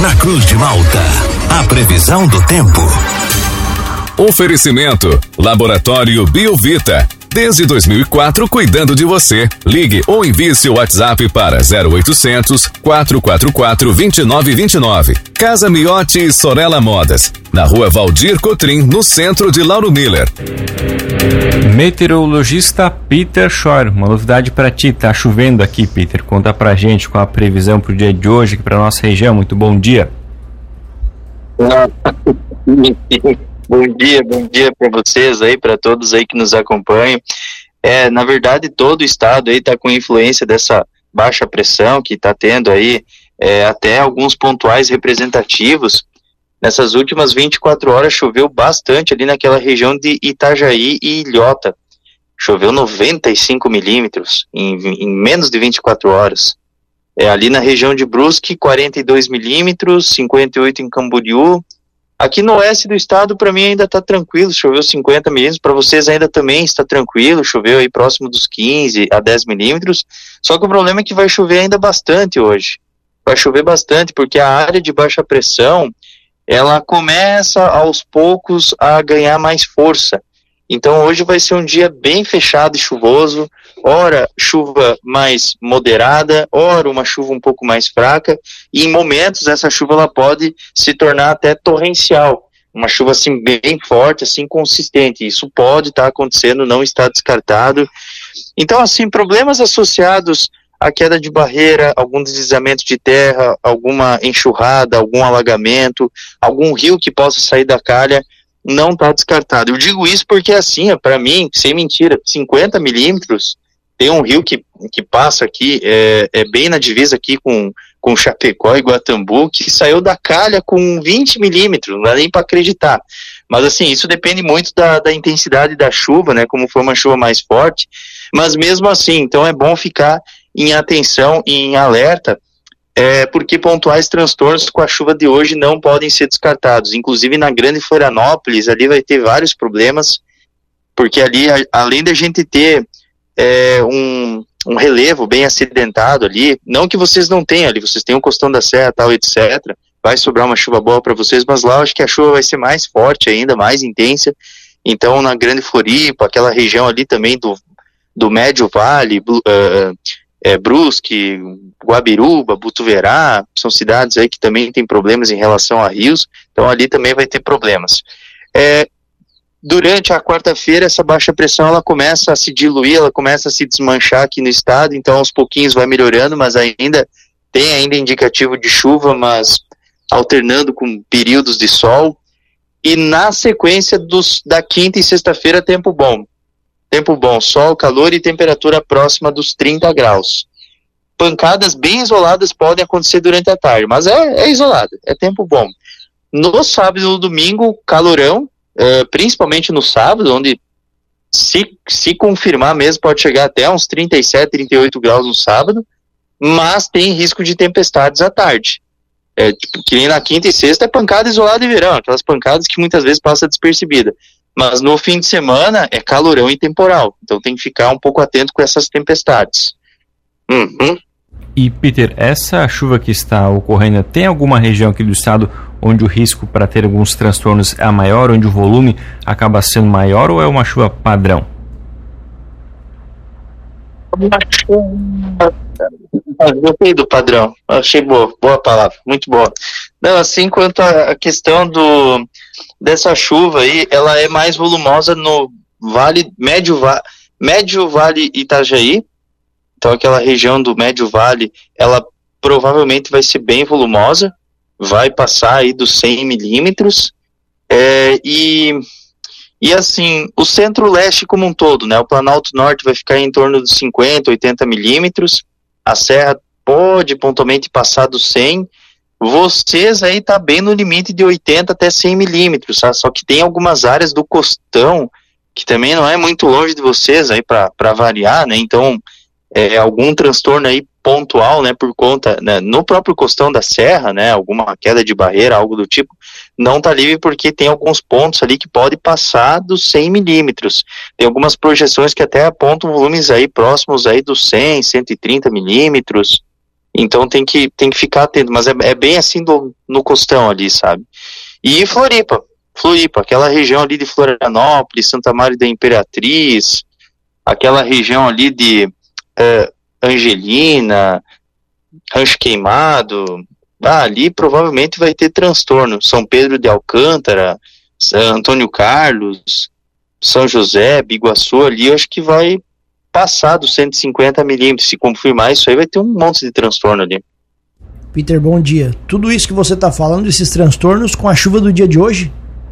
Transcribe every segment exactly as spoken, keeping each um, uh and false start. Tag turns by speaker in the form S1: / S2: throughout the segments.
S1: na Cruz de Malta. A previsão do tempo.
S2: Oferecimento Laboratório Biovita. Desde dois mil e quatro, cuidando de você. Ligue ou envie seu WhatsApp para zero oitocentos, quatro quatro quatro, dois nove dois nove. Casa Miotti e Sorella Modas. Na rua Valdir Cotrim, no centro de Lauro Miller.
S3: Meteorologista Peter Schor, uma novidade para ti, tá chovendo aqui, Peter. Conta pra gente com a previsão pro dia de hoje, aqui pra nossa região. Muito bom dia.
S4: Bom dia, bom dia para vocês aí, para todos aí que nos acompanham. É, na verdade, todo o estado aí tá com influência dessa baixa pressão que tá tendo aí, é, até alguns pontuais representativos. Nessas últimas vinte e quatro horas choveu bastante ali naquela região de Itajaí e Ilhota. Choveu noventa e cinco milímetros em, em menos de vinte e quatro horas. É, ali na região de Brusque, quarenta e dois milímetros, cinquenta e oito em Camboriú. Aqui no oeste do estado, para mim, ainda está tranquilo, choveu cinquenta milímetros, para vocês ainda também está tranquilo, choveu aí próximo dos quinze a dez milímetros, só que o problema é que vai chover ainda bastante hoje. Vai chover bastante, porque a área de baixa pressão, ela começa aos poucos a ganhar mais força. Então hoje vai ser um dia bem fechado e chuvoso, ora chuva mais moderada, ora uma chuva um pouco mais fraca, e em momentos essa chuva ela pode se tornar até torrencial, uma chuva assim bem forte, assim consistente. Isso pode estar acontecendo, não está descartado. Então assim, problemas associados à queda de barreira, algum deslizamento de terra, alguma enxurrada, algum alagamento, algum rio que possa sair da calha, não está descartado. Eu digo isso porque assim, para mim, sem mentira, cinquenta milímetros, tem um rio que, que passa aqui, é, é bem na divisa aqui com, com Chapecó e Guatambu, que saiu da calha com vinte milímetros, não dá nem para acreditar. Mas assim, isso depende muito da, da intensidade da chuva, né, como foi uma chuva mais forte, mas mesmo assim, então é bom ficar em atenção e em alerta, É, porque pontuais transtornos com a chuva de hoje não podem ser descartados. Inclusive na Grande Florianópolis, ali vai ter vários problemas, porque ali, a, além da gente ter é, um, um relevo bem acidentado ali, não que vocês não tenham ali, vocês têm o Costão da Serra, tal, etcétera, vai sobrar uma chuva boa para vocês, mas lá eu acho que a chuva vai ser mais forte ainda, mais intensa. Então na Grande Floripa, aquela região ali também do, do Médio Vale, uh, É, Brusque, Guabiruba, Butuverá, são cidades aí que também tem problemas em relação a rios, então ali também vai ter problemas. É, durante a quarta-feira, essa baixa pressão, ela começa a se diluir, ela começa a se desmanchar aqui no estado, então aos pouquinhos vai melhorando, mas ainda tem ainda indicativo de chuva, mas alternando com períodos de sol, e na sequência dos, da quinta e sexta-feira, tempo bom. Tempo bom, sol, calor e temperatura próxima dos trinta graus. Pancadas bem isoladas podem acontecer durante a tarde, mas é, é isolado, é tempo bom. No sábado e no domingo, calorão, é, principalmente no sábado, onde se, se confirmar mesmo, pode chegar até uns trinta e sete, trinta e oito graus no sábado, mas tem risco de tempestades à tarde. É, tipo, que nem na quinta e sexta é pancada isolada de verão, aquelas pancadas que muitas vezes passa despercebida. Mas no fim de semana é calorão e temporal, então tem que ficar um pouco atento com essas tempestades. Uhum.
S3: E Peter, essa chuva que está ocorrendo, tem alguma região aqui do estado onde o risco para ter alguns transtornos é maior, onde o volume acaba sendo maior, ou é uma chuva padrão?
S4: Gostei do padrão, achei boa, boa palavra, muito boa. Não, assim, quanto à questão do, dessa chuva aí, ela é mais volumosa no vale, médio, médio vale Itajaí, então aquela região do médio vale, ela provavelmente vai ser bem volumosa, vai passar aí dos cem milímetros, é, e, e assim, o centro-leste como um todo, né, o Planalto Norte vai ficar em torno dos cinquenta, oitenta milímetros, a Serra pode pontualmente passar dos cem. Vocês aí tá bem no limite de oitenta até cem milímetros, tá? Só que tem algumas áreas do costão que também não é muito longe de vocês aí para variar, né? Então, é, algum transtorno aí pontual, né, por conta, né, no próprio costão da serra, né, alguma queda de barreira, algo do tipo, não tá livre porque tem alguns pontos ali que pode passar dos cem milímetros. Tem algumas projeções que até apontam volumes aí próximos aí dos cem, cento e trinta milímetros. Então tem que, tem que ficar atento, mas é, é bem assim do, no costão ali, sabe? E Floripa, Floripa, aquela região ali de Florianópolis, Santa Maria da Imperatriz, aquela região ali de uh, Angelina, Rancho Queimado, ah, ali provavelmente vai ter transtorno. São Pedro de Alcântara, Antônio Carlos, São José, Biguaçu, ali eu acho que vai passar dos cento e cinquenta milímetros. Se confirmar isso aí, vai ter um monte de transtorno ali.
S5: Peter, bom dia. Tudo isso que você está falando, esses transtornos, com a chuva do dia de hoje?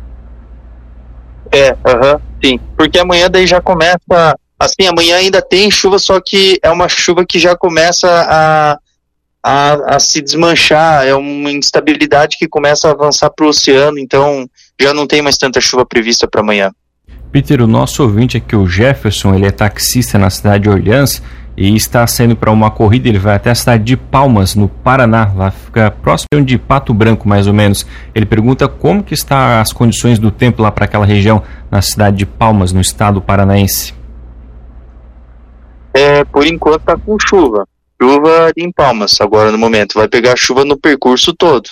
S4: É, aham, uh-huh, sim. Porque amanhã daí já começa, assim, amanhã ainda tem chuva, só que é uma chuva que já começa a, a, a se desmanchar, é uma instabilidade que começa a avançar para o oceano, então já não tem mais tanta chuva prevista para amanhã.
S3: Peter, o nosso ouvinte aqui, o Jefferson, ele é taxista na cidade de Orleans e está saindo para uma corrida, ele vai até a cidade de Palmas, no Paraná, lá fica próximo de Pato Branco, mais ou menos. Ele pergunta como que está as condições do tempo lá para aquela região, na cidade de Palmas, no estado paranaense.
S4: É, por enquanto está com chuva, chuva em Palmas, agora no momento, vai pegar chuva no percurso todo.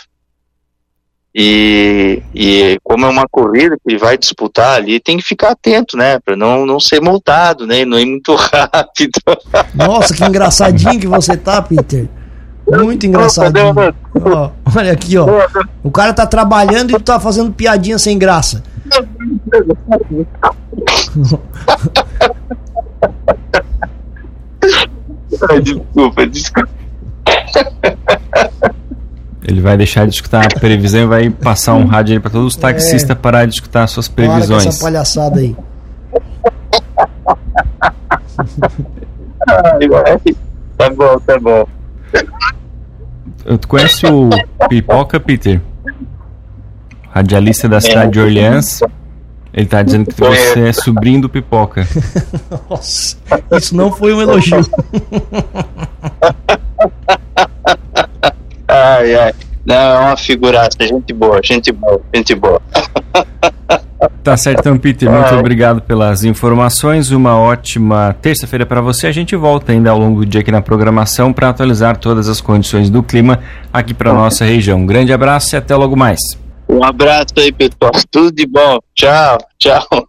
S4: E, e como é uma corrida que ele vai disputar ali, tem que ficar atento, né, para não, não ser multado, né, não ir muito rápido.
S5: Nossa, que engraçadinho que você tá, Peter. Muito engraçadinho. Ó, olha aqui, ó. O cara tá trabalhando e tu tá fazendo piadinha sem graça.
S4: Ai, desculpa, desculpa.
S3: Ele vai deixar de escutar a previsão e vai passar um rádio aí para todos os taxistas é. parar de escutar suas previsões.
S5: Para com essa palhaçada aí.
S4: Tá bom, tá bom.
S3: Tu conhece o Pipoca, Peter? Radialista da cidade de Orleans. Ele tá dizendo que você é sobrinho do Pipoca.
S5: Nossa, isso não foi um elogio.
S4: Ai, ai. Não, é uma figuraça, gente boa, gente boa, gente boa.
S3: Tá certo, então, Peter, muito ai. obrigado pelas informações, uma ótima terça-feira para você. A gente volta ainda ao longo do dia aqui na programação para atualizar todas as condições do clima aqui para nossa região. Um grande abraço e até logo mais.
S4: Um abraço aí, pessoal, tudo de bom, tchau, tchau.